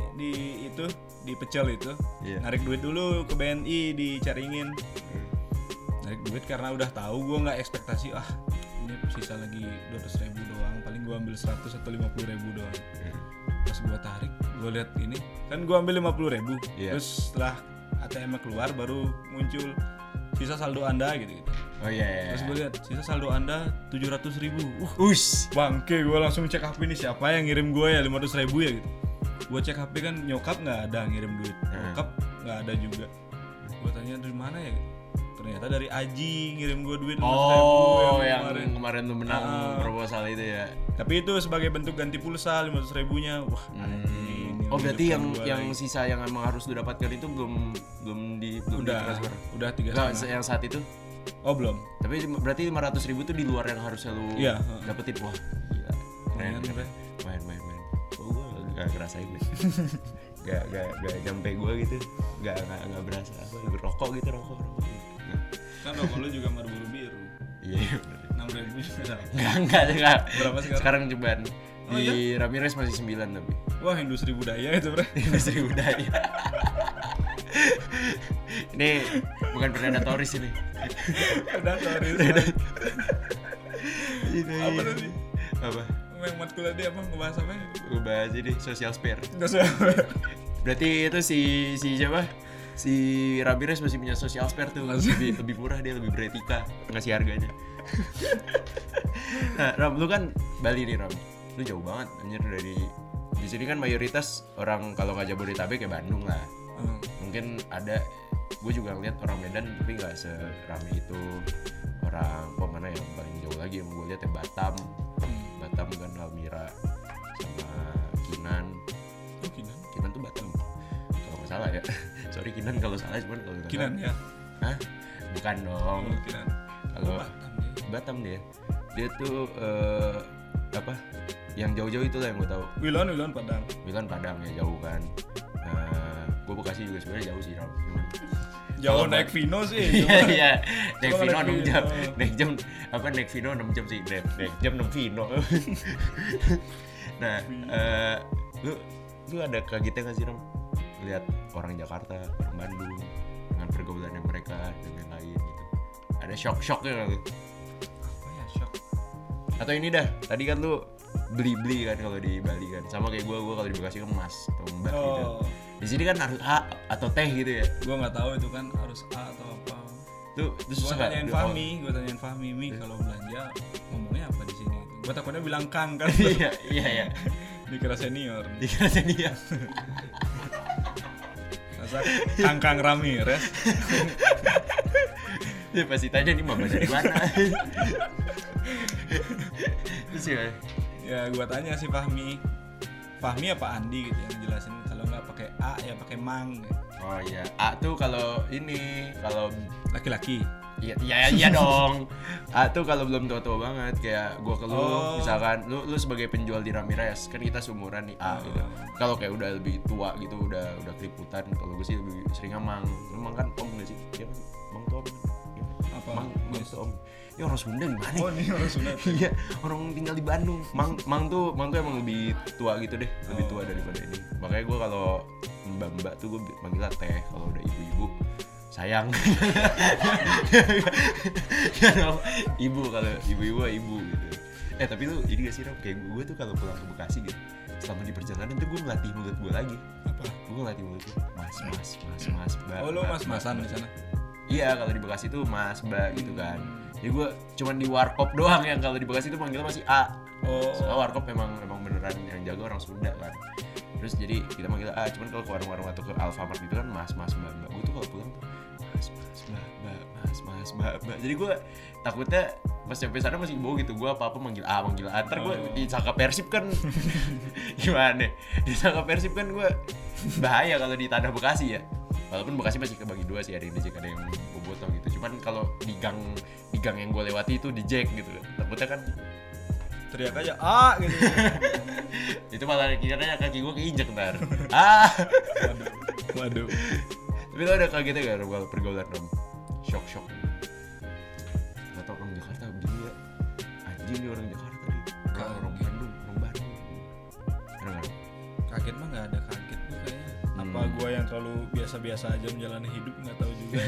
[SPEAKER 4] pecel itu, narik duit dulu ke BNI dicaringin. Narik duit karena udah tahu gue nggak ekspektasi ini sisa lagi 200.000 doang, paling gue ambil 100 atau 50.000 doang. Pas gue tarik, gue lihat ini kan gue ambil 50.000. Terus setelah ATM keluar baru muncul sisa saldo Anda gitu. Terus gue lihat sisa saldo Anda 700.000. Bangke, gue langsung cek HP ini siapa yang ngirim gue ya 500.000 ya gitu. Gue cek HP kan nyokap nggak ada ngirim duit, bokap nggak ada juga. Gue tanya dari mana ya gitu. Ternyata dari Aji ngirim gue duit 500.000
[SPEAKER 3] yang kemarin lu menang proposal itu ya. Tapi
[SPEAKER 4] itu sebagai bentuk ganti pulsa 500.000-nya. Wah,
[SPEAKER 3] berarti yang sisa yang emang harus lu dapatkan itu belum ditransfer. Udah 3,5. Yang saat itu?
[SPEAKER 4] Belum.
[SPEAKER 3] Tapi berarti 500.000 tuh di luar yang harusnya lu dapetin. Wah, gila. Keren. Main. Gue gak ngerasain deh. gak nyampe gue gitu. Gak berasa rokok gitu.
[SPEAKER 4] Kan rokok lu juga Marlboro biru.
[SPEAKER 3] Iya.
[SPEAKER 4] 6.000 juga.
[SPEAKER 3] Enggak.
[SPEAKER 4] Berapa
[SPEAKER 3] sekarang cobaan? Di Ramirez masih 9 tapi.
[SPEAKER 4] Wah, industri budaya itu, Bro.
[SPEAKER 3] Industri budaya. Ini bukan predatoris ini.
[SPEAKER 4] Predatoris. Apa tadi?
[SPEAKER 3] Apa?
[SPEAKER 4] Yang matkul tadi apa ngebahas apa?
[SPEAKER 3] Ngebahas ini social spare. Berarti itu si siapa? Si Ramirez masih punya social spare tuh. Lebih murah, dia lebih beretika ngasih harganya. Nah, Ram, lu kan Bali nih, Ram. Lu jauh banget anjir dari di sini kan mayoritas orang kalau nggak Jabodetabek kayak Bandung lah. Mungkin ada, gue juga ngeliat orang Medan tapi nggak serame itu. Orang mana yang paling jauh lagi yang gue lihat ya Batam kan Almira sama Kinan. Kinan tuh Batam kalau nggak salah ya. Sorry Kinan kalau salah, cuman kalau nggak
[SPEAKER 4] Kinan
[SPEAKER 3] salah. Hah? Bukan dong.
[SPEAKER 4] Kinan.
[SPEAKER 3] Kalau Batam dia tuh yang jauh-jauh itu lah yang gue tahu.
[SPEAKER 4] Wilon
[SPEAKER 3] Padang ya jauh kan. Gue Bekasi juga sebenarnya jauh sih, Ram.
[SPEAKER 4] Jauh naik Vino sih.
[SPEAKER 3] Iya. Naik Vino 6 jam. Naik Vino 6 jam sih. Naik jam 6 Vino. Nah, lu ada kagetnya nggak sih, Ram? Lihat orang Jakarta, orang Bandung dengan pergaulannya mereka dan lain-lain gitu. Ada shock-shocknya nggak lu?
[SPEAKER 4] Apa ya shock?
[SPEAKER 3] Atau ini dah, tadi kan lu beli kan kalau di Bali kan, sama kayak gue kalau di Bekasi kan emas atau mbak gitu. Di sini kan harus A atau teh gitu ya.
[SPEAKER 4] Gue nggak tahu itu kan harus A atau apa.
[SPEAKER 3] Tuh susah nggak?
[SPEAKER 4] Gue tanyain Fahmi, kalau belanja ngomongnya apa di sini? Gue takutnya bilang Kang kan.
[SPEAKER 3] Iya.
[SPEAKER 4] Dikira senior. Masa Kang Ramirez.
[SPEAKER 3] Ya pasti tanya nih mama dari mana. Terus
[SPEAKER 4] ya gue tanya si Fahmi apa Andi gitu yang jelasin, kalau nggak pakai A ya pakai Mang gitu.
[SPEAKER 3] Oh iya, A tuh kalau
[SPEAKER 4] laki-laki.
[SPEAKER 3] Iya dong. A tuh kalau belum tua-tua banget, kayak gue ke lu, misalkan lu sebagai penjual di Ramirez, kan kita seumuran nih A gitu. Kalau kayak udah lebih tua gitu, udah keliputan, kalau gue sih lebih sering Mang. Mang kan om nggak sih? Iya, Mang tuh om.
[SPEAKER 4] Apa?
[SPEAKER 3] Mang tuh om. Ini orang Sunda gimana?
[SPEAKER 4] Oh, ini orang Sunda.
[SPEAKER 3] Iya, orang tinggal di Bandung. Mang tuh emang lebih tua gitu deh, lebih tua daripada ini. Makanya gue kalau mbak tuh gue manggilnya teh, kalau udah ibu-ibu sayang. Ya dong, ibu, kalau ibu gitu. Tapi lu ini gak sih, Ram? Kayak gue tuh kalau pulang ke Bekasi gitu, selama di perjalanan tuh gue ngelatih mulut gue lagi.
[SPEAKER 4] Apa?
[SPEAKER 3] Gue ngelatih mulut gue, mas, mbak.
[SPEAKER 4] Oh, lu mas-masan di sana?
[SPEAKER 3] Iya, kalau di Bekasi tuh mas, mbak gitu kan. Jadi gue cuman di warkop doang yang kalau di Bekasi tuh manggilnya masih A. Soalnya warkop memang beneran yang jago orang Sunda kan. Terus jadi kita manggil A, cuman kalau ke warung-warung atau ke Alfamart gitu kan mas, mbak. Gue tuh kalau pulang tuh mas, mbak. mas, mbak. Jadi gue takutnya pas sampai sana masih bau gitu. Gue apa manggil A, ntar gue disangka Persib kan. Gimana? Disangka Persib kan gue bahaya kalau di tanah Bekasi ya. Walaupun Bekasi masih kebagi dua sih, ada yang di Jack, ada yang Bobotoh gitu. Cuman kalau di gang yang gue lewati itu di Jack gitu. Takutnya kan
[SPEAKER 4] teriak aja gitu.
[SPEAKER 3] itu malah kiranya kaki gue keinjek ntar.
[SPEAKER 4] Waduh.
[SPEAKER 3] Tapi lo ada kagetnya gak pergaulan Rom? Shock. Gak tau orang Jakarta begini ya. Anjing nih orang Jakarta nih. Orang Bandung. Ada gak?
[SPEAKER 4] Kaget mah gak ada kaget tuh kayaknya. Apa gue yang terlalu biasa-biasa aja menjalani hidup, gak tahu juga.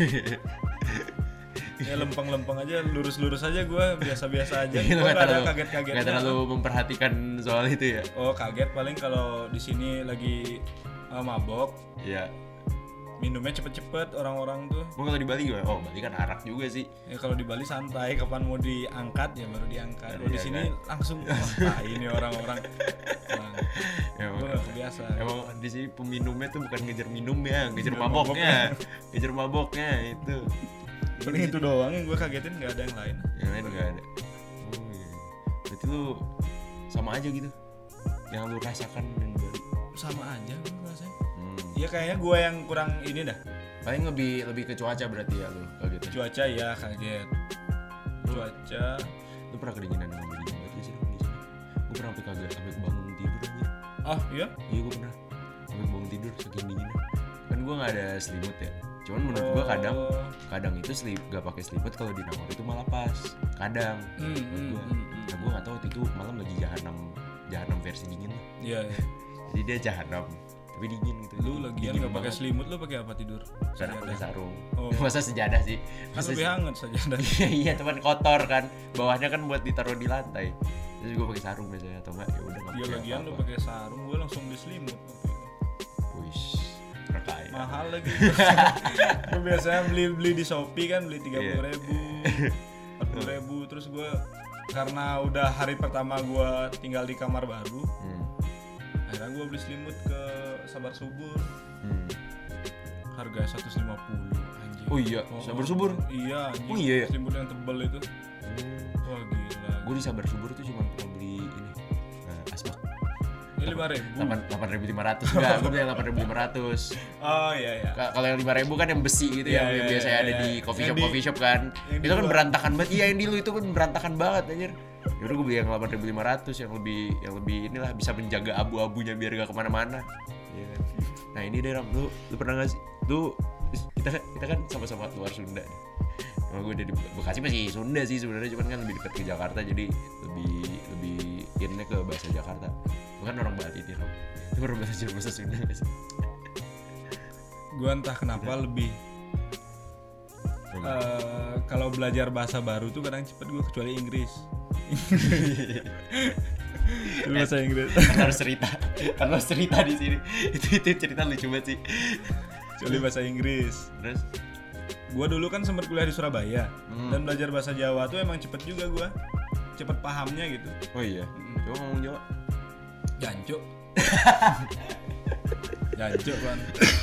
[SPEAKER 4] Ya lempeng-lempeng aja, lurus-lurus aja gue, biasa-biasa aja. Gue gak ada kaget-kagetnya.
[SPEAKER 3] Gak terlalu memperhatikan soal itu ya?
[SPEAKER 4] Oh kaget paling kalau di sini lagi mabok.
[SPEAKER 3] Iya.
[SPEAKER 4] Minumnya cepet-cepet orang-orang tuh.
[SPEAKER 3] Kalau di Bali gimana? Oh Bali kan arak juga sih.
[SPEAKER 4] Ya kalau di Bali santai, kapan mau diangkat ya baru diangkat. Kalau di sini kan langsung ini orang-orang. Gue gak kebiasa.
[SPEAKER 3] Emang di sini peminumnya tuh bukan ngejar minumnya, ngejar maboknya. Ngejar maboknya itu.
[SPEAKER 4] Paling itu doang yang gue kagetin, gak ada yang lain.
[SPEAKER 3] Yang lain gak ada. Oh iya. Berarti lu sama aja gitu. Yang lu rasakan yang Bali.
[SPEAKER 4] Sama aja gue rasanya. Iya kayaknya gue yang kurang ini dah.
[SPEAKER 3] Paling lebih ke cuaca berarti ya lu kaget.
[SPEAKER 4] Cuaca ya kaget. Cuaca.
[SPEAKER 3] Lu pernah kedinginan sama dingin banget sih di sini. Gue pernah sampai kebangun tidur aja.
[SPEAKER 4] Ah iya?
[SPEAKER 3] Iya gue pernah. Sampai bangun tidur saking dinginnya. Kan gue nggak ada selimut ya. Cuman menurut gue kadang itu gak pakai selimut kalau di Nangor itu malah pas. Kadang. Menurut gue. Nah gue nggak tahu waktu itu malam lagi jahanam versi dingin lah.
[SPEAKER 4] Iya.
[SPEAKER 3] Jadi dia jahanam. Tapi dingin gitu.
[SPEAKER 4] Lu lagian nggak pakai selimut, lu pakai apa tidur?
[SPEAKER 3] Karena pakai sarung.
[SPEAKER 4] Oh.
[SPEAKER 3] Masa sejadah sih?
[SPEAKER 4] Kan lebih hangat sajadah.
[SPEAKER 3] Iya, cuman kotor kan. Bawahnya kan buat ditaruh di lantai. Terus gue pakai sarung biasanya atau enggak ya udah enggak.
[SPEAKER 4] Iya lagian lu pakai sarung, gue langsung di selimut.
[SPEAKER 3] Wih, terkaya.
[SPEAKER 4] Mahal lagi. Gue biasanya beli di Shopee kan, beli 30.000, 40.000. Terus gue karena udah hari pertama gue tinggal di kamar baru. Akhirnya gue beli selimut ke Sabar Subur. Harga 150 anjing.
[SPEAKER 3] Oh iya, Sabar Subur?
[SPEAKER 4] Iya anjing.
[SPEAKER 3] Oh iya ya?
[SPEAKER 4] Selimut yang tebal itu. Wah gila.
[SPEAKER 3] Gue di Sabar Subur tuh cuma pernah beli ini asbak.
[SPEAKER 4] Ini 5.000.
[SPEAKER 3] 8.500 enggak, gue beli yang 8.500.
[SPEAKER 4] Oh iya.
[SPEAKER 3] Kalau yang 5.000 kan yang besi gitu yang biasanya ada di coffee shop kan. Itu kan berantakan banget. Iya yang di lu itu kan berantakan banget anjir. Yaudah gue beli yang 8.500 yang lebih inilah bisa menjaga abu-abunya biar gak kemana-mana. Iya kan. Nah ini deh Ram, lu pernah gak sih? Kita kan sama-sama luar Sunda. Emang gue dari Bekasi masih Sunda sih sebenarnya, cuman kan lebih dekat ke Jakarta jadi lebih innya ke bahasa Jakarta. Lu kan orang Bali nih Ram. Lu pernah bahasa Sunda gak sih?
[SPEAKER 4] Gue entah kenapa lebih kalau belajar bahasa baru tuh kadang cepet gue kecuali Inggris. Bahasa Inggris. Harus cerita di sini. Itu cerita lucu banget sih. Kecuali bahasa Inggris.
[SPEAKER 3] Terus
[SPEAKER 4] gue dulu kan sempat kuliah di Surabaya dan belajar bahasa Jawa tuh emang cepet juga gue. Cepet pahamnya gitu.
[SPEAKER 3] Oh iya. Coba ngomong Jawa.
[SPEAKER 4] Jancuk. Jancuk kan.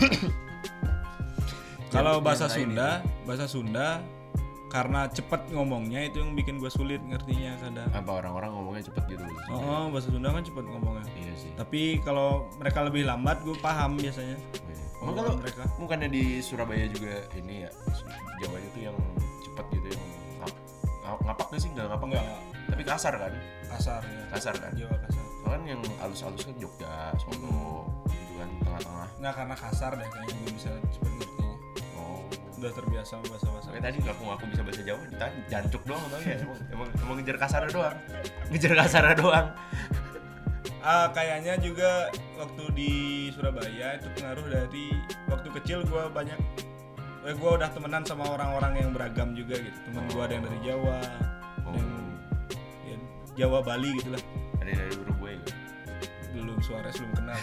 [SPEAKER 4] Kalau bahasa Sunda karena cepet ngomongnya itu yang bikin gue sulit ngertinya kadang.
[SPEAKER 3] Apa orang-orang ngomongnya cepet gitu?
[SPEAKER 4] Oh, bahasa Sunda kan cepet ngomongnya.
[SPEAKER 3] Iya sih.
[SPEAKER 4] Tapi kalau mereka lebih lambat gue paham biasanya.
[SPEAKER 3] Emang kalau mereka bukannya di Surabaya juga ini ya Jawanya tuh yang cepet gitu yang ngapak gak sih? Enggak. Tapi kasar kan?
[SPEAKER 4] Kasar ya.
[SPEAKER 3] Kasar kan?
[SPEAKER 4] Jawa kasar.
[SPEAKER 3] Kan yang halus-halus kan Jogja, Solo, gitu kan tengah-tengah.
[SPEAKER 4] Nggak karena kasar deh kayaknya gue bisa cepet ngertinya. Oh. Udah terbiasa bahasa-bahasa.
[SPEAKER 3] Kayak tadi ngaku bisa bahasa Jawa, ditanya jancuk doang tau ya. Emang ngejar kasarnya doang.
[SPEAKER 4] Kayaknya juga waktu di Surabaya itu pengaruh dari waktu kecil gue udah temenan sama orang-orang yang beragam juga gitu. Temen gue ada yang dari Jawa, yang Jawa Bali gitulah.
[SPEAKER 3] Ada yang dari Uruguay gitu.
[SPEAKER 4] Belum, Suarez belum kenal.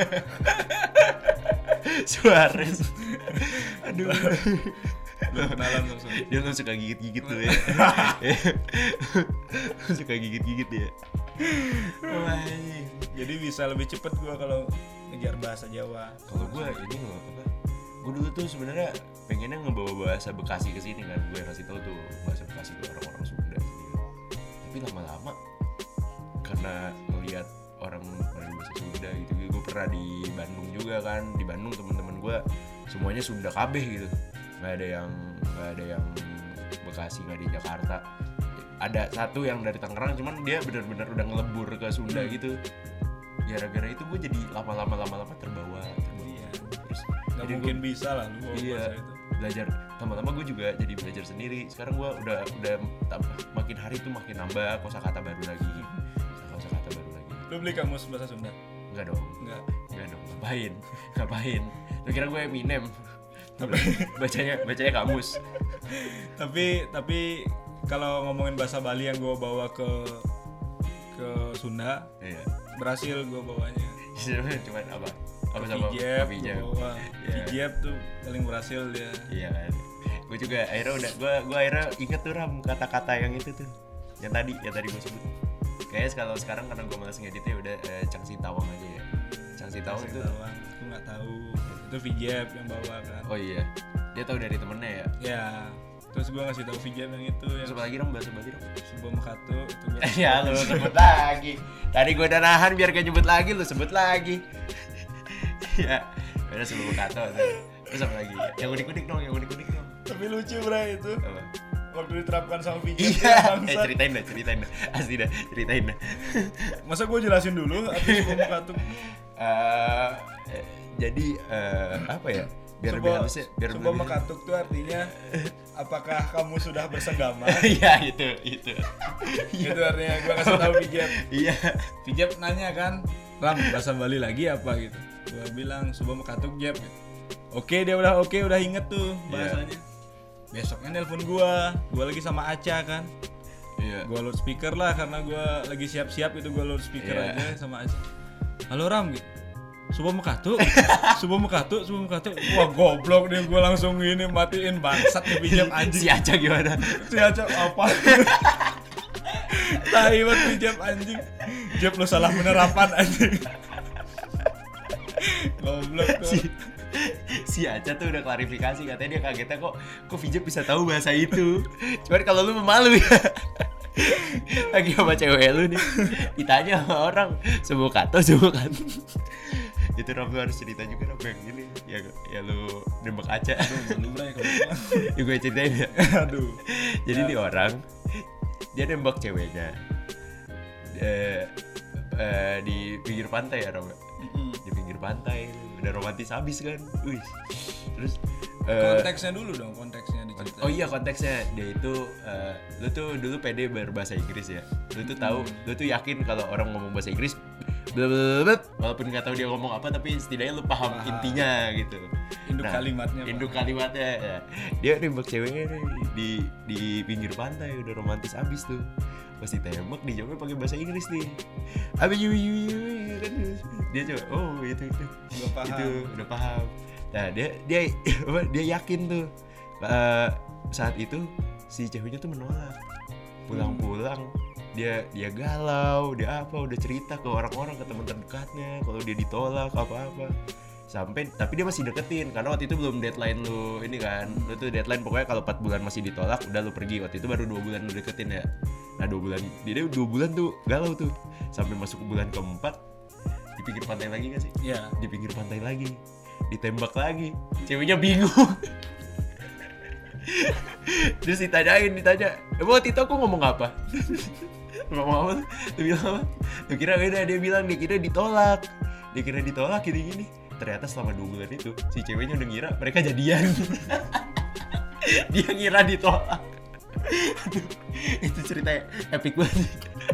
[SPEAKER 3] Suarez. Aduh.
[SPEAKER 4] Belum kenalan langsung.
[SPEAKER 3] Dia langsung suka gigit-gigit tuh ya. Suka gigit-gigit ya.
[SPEAKER 4] Jadi bisa lebih cepet gue kalau ngejar bahasa Jawa.
[SPEAKER 3] Kalau gue ini loh apa? Gue dulu tuh sebenarnya pengennya ngebawa bahasa Bekasi ke sini kan, gue kasih tahu tuh bahasa Bekasi ke orang-orang Sunda sini. Tapi lama-lama karena ngelihat orang bahasa Sunda gitu, gue pernah di Bandung juga kan, di Bandung teman-teman gue semuanya Sunda kabeh gitu, nggak ada yang Bekasi, nggak ada yang Jakarta. Ada satu yang dari Tangerang, cuman dia benar-benar udah ngelebur ke Sunda gitu. Gara-gara itu gue jadi lama-lama terbawa. Terus
[SPEAKER 4] nggak mungkin bisa lah lu
[SPEAKER 3] bahasa itu. Belajar lama-lama gue juga jadi belajar sendiri. Sekarang gue udah makin hari tuh makin nambah kosakata baru lagi.
[SPEAKER 4] Lu beli kamus bahasa Sunda?
[SPEAKER 3] Enggak dong. Ngapain? Lu kira gue Eminem? bacanya kamus. Tapi kalau ngomongin bahasa Bali yang gue bawa ke Sunda, iya. Berhasil gue bawanya. Cuman apa sama Vijep bawa. Vijep tuh paling berhasil dia. Iya kan. Gue juga akhirnya gue akhirnya inget tuh Ram kata-kata yang itu tuh. Yang tadi gue sebut. Kayaknya kalau sekarang karena gue malas ngeditnya udah Cangsi Tawang aja ya. Cangsi Tawang itu
[SPEAKER 4] aku nggak tahu. Itu Vijep yang bawa kan.
[SPEAKER 3] Oh iya. Dia tahu dari temennya ya.
[SPEAKER 4] Ya. Terus gue ngasih tahu Vijep yang itu.
[SPEAKER 3] Sebut lagi dong, bahasa Bali dong.
[SPEAKER 4] Subah Mekatu itu gue.
[SPEAKER 3] Ya lu sebut lagi. Tadi gue udah nahan biar gak nyebut lagi, lu sebut lagi. Ya. Udah Subah Mekatu tuh. Terus apa lagi? Yang unik-unik dong.
[SPEAKER 4] Tapi lucu bray itu. Apa? Waktu diterapkan sama Vijep.
[SPEAKER 3] Iya. Ceritain dah. Asli dah, ceritain dah.
[SPEAKER 4] Masa gue jelasin dulu arti Subah Mekatu?
[SPEAKER 3] Jadi apa ya? Biar halusnya
[SPEAKER 4] Subah Mekatuk tuh artinya apakah kamu sudah bersenggama?
[SPEAKER 3] Iya itu
[SPEAKER 4] Itu artinya gue kasih tahu Vijep.
[SPEAKER 3] Iya.
[SPEAKER 4] Vijep nanya kan, Ram bahasa Bali lagi apa gitu. Gue bilang Subah Mekatuk Jep. Oke dia udah inget tuh bahasanya. Besoknya nelpon gue lagi sama Aca kan. Iya. Gue loudspeaker lah karena gue lagi siap-siap itu, gue loudspeaker aja sama Aca. Halo Ram gitu. Subah Mekatu. Wah goblok deh, gue langsung gini matiin bangsat nih Vijep anjing.
[SPEAKER 3] Si Aca gimana?
[SPEAKER 4] Si Aca apa? Tai banget Vijep anjing. Jep lo salah penerapan anjing. Goblok tuh.
[SPEAKER 3] Si Aca tuh udah klarifikasi, katanya dia kagetnya kok Vijep bisa tahu bahasa itu. Cuman kalau lu memalu ya. Lagi sama cewek lu nih ditanya sama orang Subah Mekatu. Itu Rob harus cerita juga Rob yang gini. Ya lu nembak Aca.
[SPEAKER 4] Aduh, lu bray kalau.
[SPEAKER 3] Ya gue ceritain ya.
[SPEAKER 4] Aduh.
[SPEAKER 3] Jadi nih orang dia nembak ceweknya. Di pinggir pantai ya Rob. Di pinggir pantai udah romantis habis kan. Wih. Terus
[SPEAKER 4] konteksnya dulu dong, konteksnya diceritain.
[SPEAKER 3] Oh iya konteksnya, dia itu lu tuh dulu pede berbahasa Inggris ya. Lu tuh tahu, lu tuh yakin kalau orang ngomong bahasa Inggris walaupun nggak tahu dia ngomong apa tapi setidaknya lu paham intinya gitu. Induk kalimatnya ya. Dia nembak ceweknya di pinggir pantai udah romantis abis tuh. Pas ditembak dijawabnya pakai bahasa Inggris nih. Dia coba itu udah paham. Nah dia yakin tuh saat itu si ceweknya tuh menolak. Pulang dia galau, dia udah cerita ke orang-orang, ke teman terdekatnya kalau dia ditolak apa-apa. Tapi dia masih deketin karena waktu itu belum deadline lu ini kan. Lu tuh deadline pokoknya kalau 4 bulan masih ditolak udah lu pergi. Waktu itu baru 2 bulan lu deketin ya. Nah 2 bulan tuh galau tuh. Sampai masuk ke bulan keempat di pinggir pantai lagi gak sih? Iya. Di pinggir pantai lagi. Ditembak lagi. Ceweknya bingung. Terus ditanya, waktu itu aku ngomong apa? Ngomong apa? Lu bilang apa? Lu kira beda, dia bilang dia ditolak gini-gini. Ternyata selama 2 bulan itu si ceweknya udah ngira mereka jadian. Dia ngira ditolak. Aduh, itu ceritanya epic banget.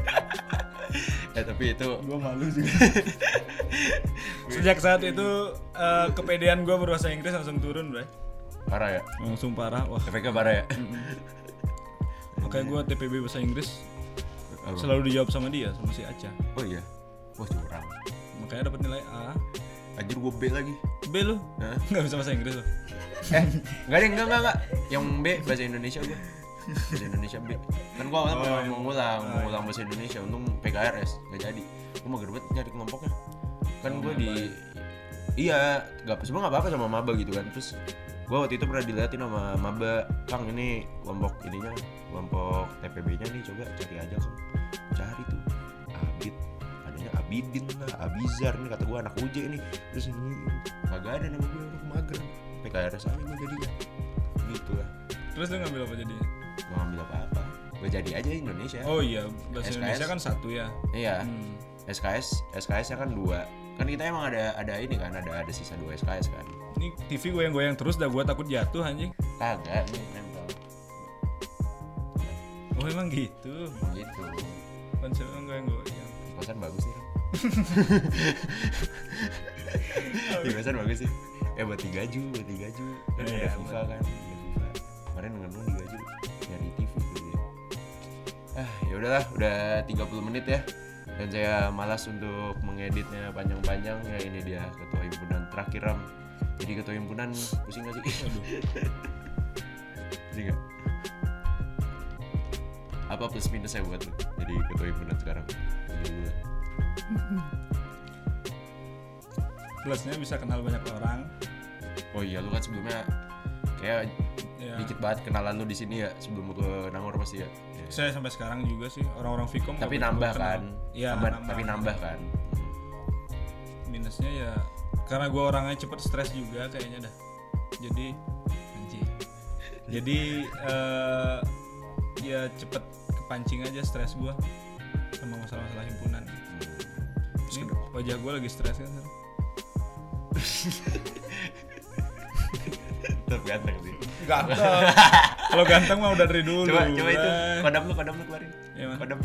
[SPEAKER 3] Tapi itu
[SPEAKER 4] gue malu juga. Sejak saat itu kepedean gue berbahasa Inggris langsung turun, bro.
[SPEAKER 3] Parah ya?
[SPEAKER 4] Langsung parah. Wah,
[SPEAKER 3] efeknya parah ya?
[SPEAKER 4] Makanya gue TPB bahasa Inggris selalu dijawab sama dia, sama si Aca.
[SPEAKER 3] Oh iya? Wah curang.
[SPEAKER 4] Makanya dapat nilai A.
[SPEAKER 3] Anjir gue B lagi.
[SPEAKER 4] B lu? Nggak bisa bahasa Inggris lu?
[SPEAKER 3] Enggak. Yang B bahasa Indonesia gue. Bahasa Indonesia B. Kan gue awalnya mau ngulang bahasa Indonesia. Untung PKRS nggak jadi. Gue mager banget nyari kelompoknya. Kan gue di Iya, sebenarnya nggak apa-apa sama maba gitu kan. Terus gue waktu itu pernah diliatin sama maba, Kang ini kelompok ininya, kelompok TPB-nya nih, coba cari aja Kang. Cari tuh Abid, adanya Abidin lah, Abizar nih, kata gue anak UJ nih. Terus ini kagak ada nama gue, anak mager. PKRS aja gue jadinya. Gitu lah.
[SPEAKER 4] Terus lu ngambil apa jadinya?
[SPEAKER 3] Gue ngambil apa-apa, gue jadi aja Indonesia.
[SPEAKER 4] Oh iya, bahasa
[SPEAKER 3] SKS.
[SPEAKER 4] Indonesia kan 1 ya.
[SPEAKER 3] Iya. SKS-nya kan 2. Kan kita emang ada ini kan, ada sisa 2 SKS kan.
[SPEAKER 4] Ini TV goyang-goyang terus dah, gue takut jatuh anjing.
[SPEAKER 3] Kagak nih nempel.
[SPEAKER 4] Oh emang gitu.
[SPEAKER 3] Gitu.
[SPEAKER 4] Konsepnya goyang-goyang.
[SPEAKER 3] Kosan bagus sih. Di kosan bagus sih. Buat digaju. Kan ada FIFA kan. Ada FIFA. Kemarin ngenung digaju nyari TV gitu ya. Ya udahlah, udah 30 menit ya. Dan saya malas untuk mengeditnya panjang-panjang. Ya ini dia ketua himpunan terakhir Ram. Jadi ketua himpunan pusing gak sih? Aduh. Pusing gak? Apa plus minusnya buat lu jadi ketua himpunan sekarang?
[SPEAKER 4] Plusnya bisa kenal banyak orang.
[SPEAKER 3] Oh iya, lu kan sebelumnya kayak dikit banget kenalan lu di sini ya sebelum ke Nangor pasti ya.
[SPEAKER 4] Saya sampai sekarang juga sih orang-orang Vkom.
[SPEAKER 3] Tapi nambah kan?
[SPEAKER 4] Iya.
[SPEAKER 3] Tapi nambah kan?
[SPEAKER 4] Minusnya ya karena gue orangnya cepet stres juga kayaknya dah. Jadi anjing. Jadi ya cepet kepancing aja stres gue sama masalah-masalah himpunan. Ini wajah gue lagi stres kan sekarang.
[SPEAKER 3] Tetap ganteng sih.
[SPEAKER 4] Ganteng. Kalau ganteng mah udah dari dulu.
[SPEAKER 3] Coba itu kodam lu keluarin.
[SPEAKER 4] Ya,
[SPEAKER 3] kodam.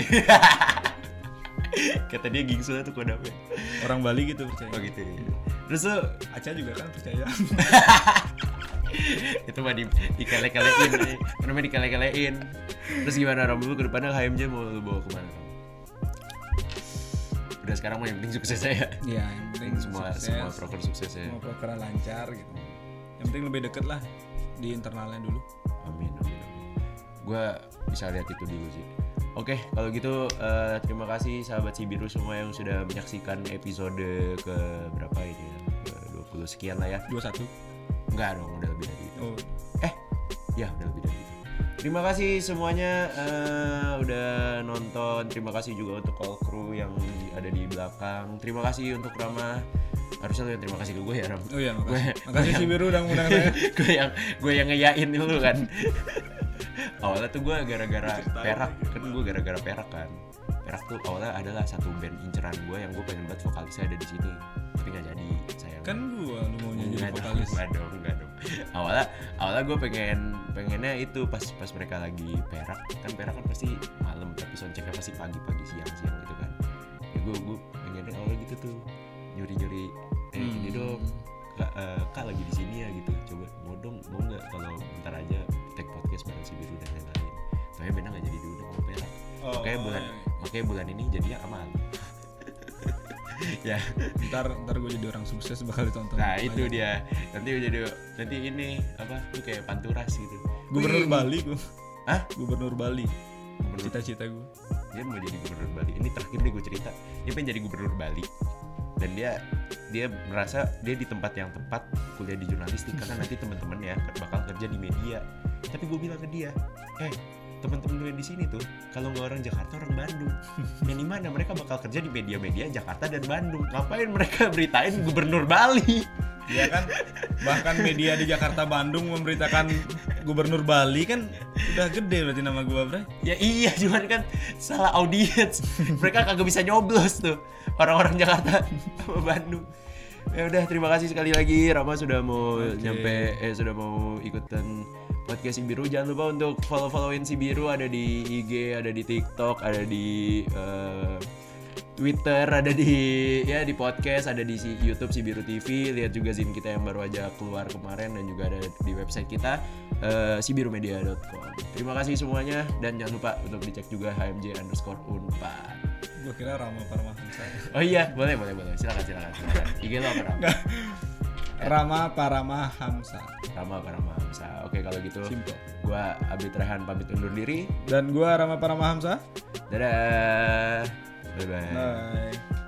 [SPEAKER 3] Kata dia gingsul tuh kodamnya.
[SPEAKER 4] Orang Bali gitu percaya.
[SPEAKER 3] Oh gitu. Terus lu
[SPEAKER 4] Aca juga kan percaya.
[SPEAKER 3] itu mah dikele-kelein. Namanya dikele-kelein. Terus gimana Ram, lu ke depannya HMJ mau lu bawa kemana Ram? Udah sekarang mah yang penting sukses aja.
[SPEAKER 4] Iya, yang penting
[SPEAKER 3] semua proker sukses ya.
[SPEAKER 4] Semua proker lancar gitu. Yang penting lebih deket lah di internalnya dulu.
[SPEAKER 3] Amin. Gue bisa lihat itu dulu sih. Oke, kalau gitu terima kasih sahabat Sibiru semua yang sudah menyaksikan episode ke berapa ini ya? Ke 20 sekian lah ya.
[SPEAKER 4] 21.
[SPEAKER 3] Enggak dong, udah lebih dari itu.
[SPEAKER 4] Oh.
[SPEAKER 3] Ya udah lebih dari itu. Terima kasih semuanya udah nonton. Terima kasih juga untuk all crew yang ada di belakang. Terima kasih untuk Rama. Harusnya lu yang terima kasih ke gue ya Ram. Oh iya,
[SPEAKER 4] makasih Sibiru udah ngundang saya.
[SPEAKER 3] gue yang ngeyain dulu kan. Awalnya tuh gue gara-gara Perak kan, Perak tuh awalnya adalah satu band inceran gue yang gue pengen banget vokalisnya ada di sini, tapi nggak jadi sayang.
[SPEAKER 4] Kan gue lu maunya jadi vokalis.
[SPEAKER 3] Enggak dong. Awalnya gue pengennya itu pas mereka lagi Perak kan pasti malam, tapi soundchecknya pasti pagi siang gitu kan. Ya gue pengennya awalnya gitu tuh nyuri ini dong. Kak lagi di sini ya gitu, coba mau nggak kalau bentar aja take podcast bareng Sibiru dan lain-lain. Soalnya benar nggak jadi diundang sama Perak. Makanya bulan ini jadinya aman. Ya.
[SPEAKER 4] Ntar gue jadi orang sukses bakal ditonton.
[SPEAKER 3] Nah itu dia. Nanti ini apa? Lu kayak Panturas gitu.
[SPEAKER 4] Gubernur Bali gue.
[SPEAKER 3] Hah?
[SPEAKER 4] Gubernur Bali. Cita-cita gue.
[SPEAKER 3] Dia mau jadi gubernur Bali. Ini terakhir deh gue cerita. Dia pengen jadi gubernur Bali. Dan dia merasa dia di tempat yang tepat kuliah di jurnalistik karena nanti teman-temannya bakal kerja di media. Tapi gue bilang ke dia, teman-teman lu yang di sini tuh kalau nggak orang Jakarta, orang Bandung. Yang di mana mereka bakal kerja di media-media Jakarta dan Bandung. Ngapain mereka beritain gubernur Bali?
[SPEAKER 4] Iya kan, bahkan media di Jakarta Bandung memberitakan gubernur Bali kan udah gede berarti nama gue, Bro.
[SPEAKER 3] Ya iya, cuman kan salah audiens. Mereka kagak bisa nyoblos tuh orang-orang Jakarta sama Bandung. Ya udah, terima kasih sekali lagi Rama sudah mau sudah mau ikutan podcast Sibiru. Jangan lupa untuk follow-followin Sibiru, ada di IG, ada di TikTok, ada di Twitter, ada di podcast, ada di YouTube Sibiru TV. Lihat juga zin kita yang baru aja keluar kemarin dan juga ada di website kita sibirumedia.com. Terima kasih semuanya dan jangan lupa untuk dicek juga HMJ_Unpad.
[SPEAKER 4] Gue kira Rama Paramahamsa.
[SPEAKER 3] Oh iya, boleh. Silakan. IG lo apa Rama?
[SPEAKER 4] Rama Paramahamsa.
[SPEAKER 3] Oke, kalau gitu.
[SPEAKER 4] Simple.
[SPEAKER 3] Gua Abid Rehan pamit undur diri.
[SPEAKER 4] Dan gua Rama Paramahamsa.
[SPEAKER 3] Dadah. Bye.
[SPEAKER 4] Bye.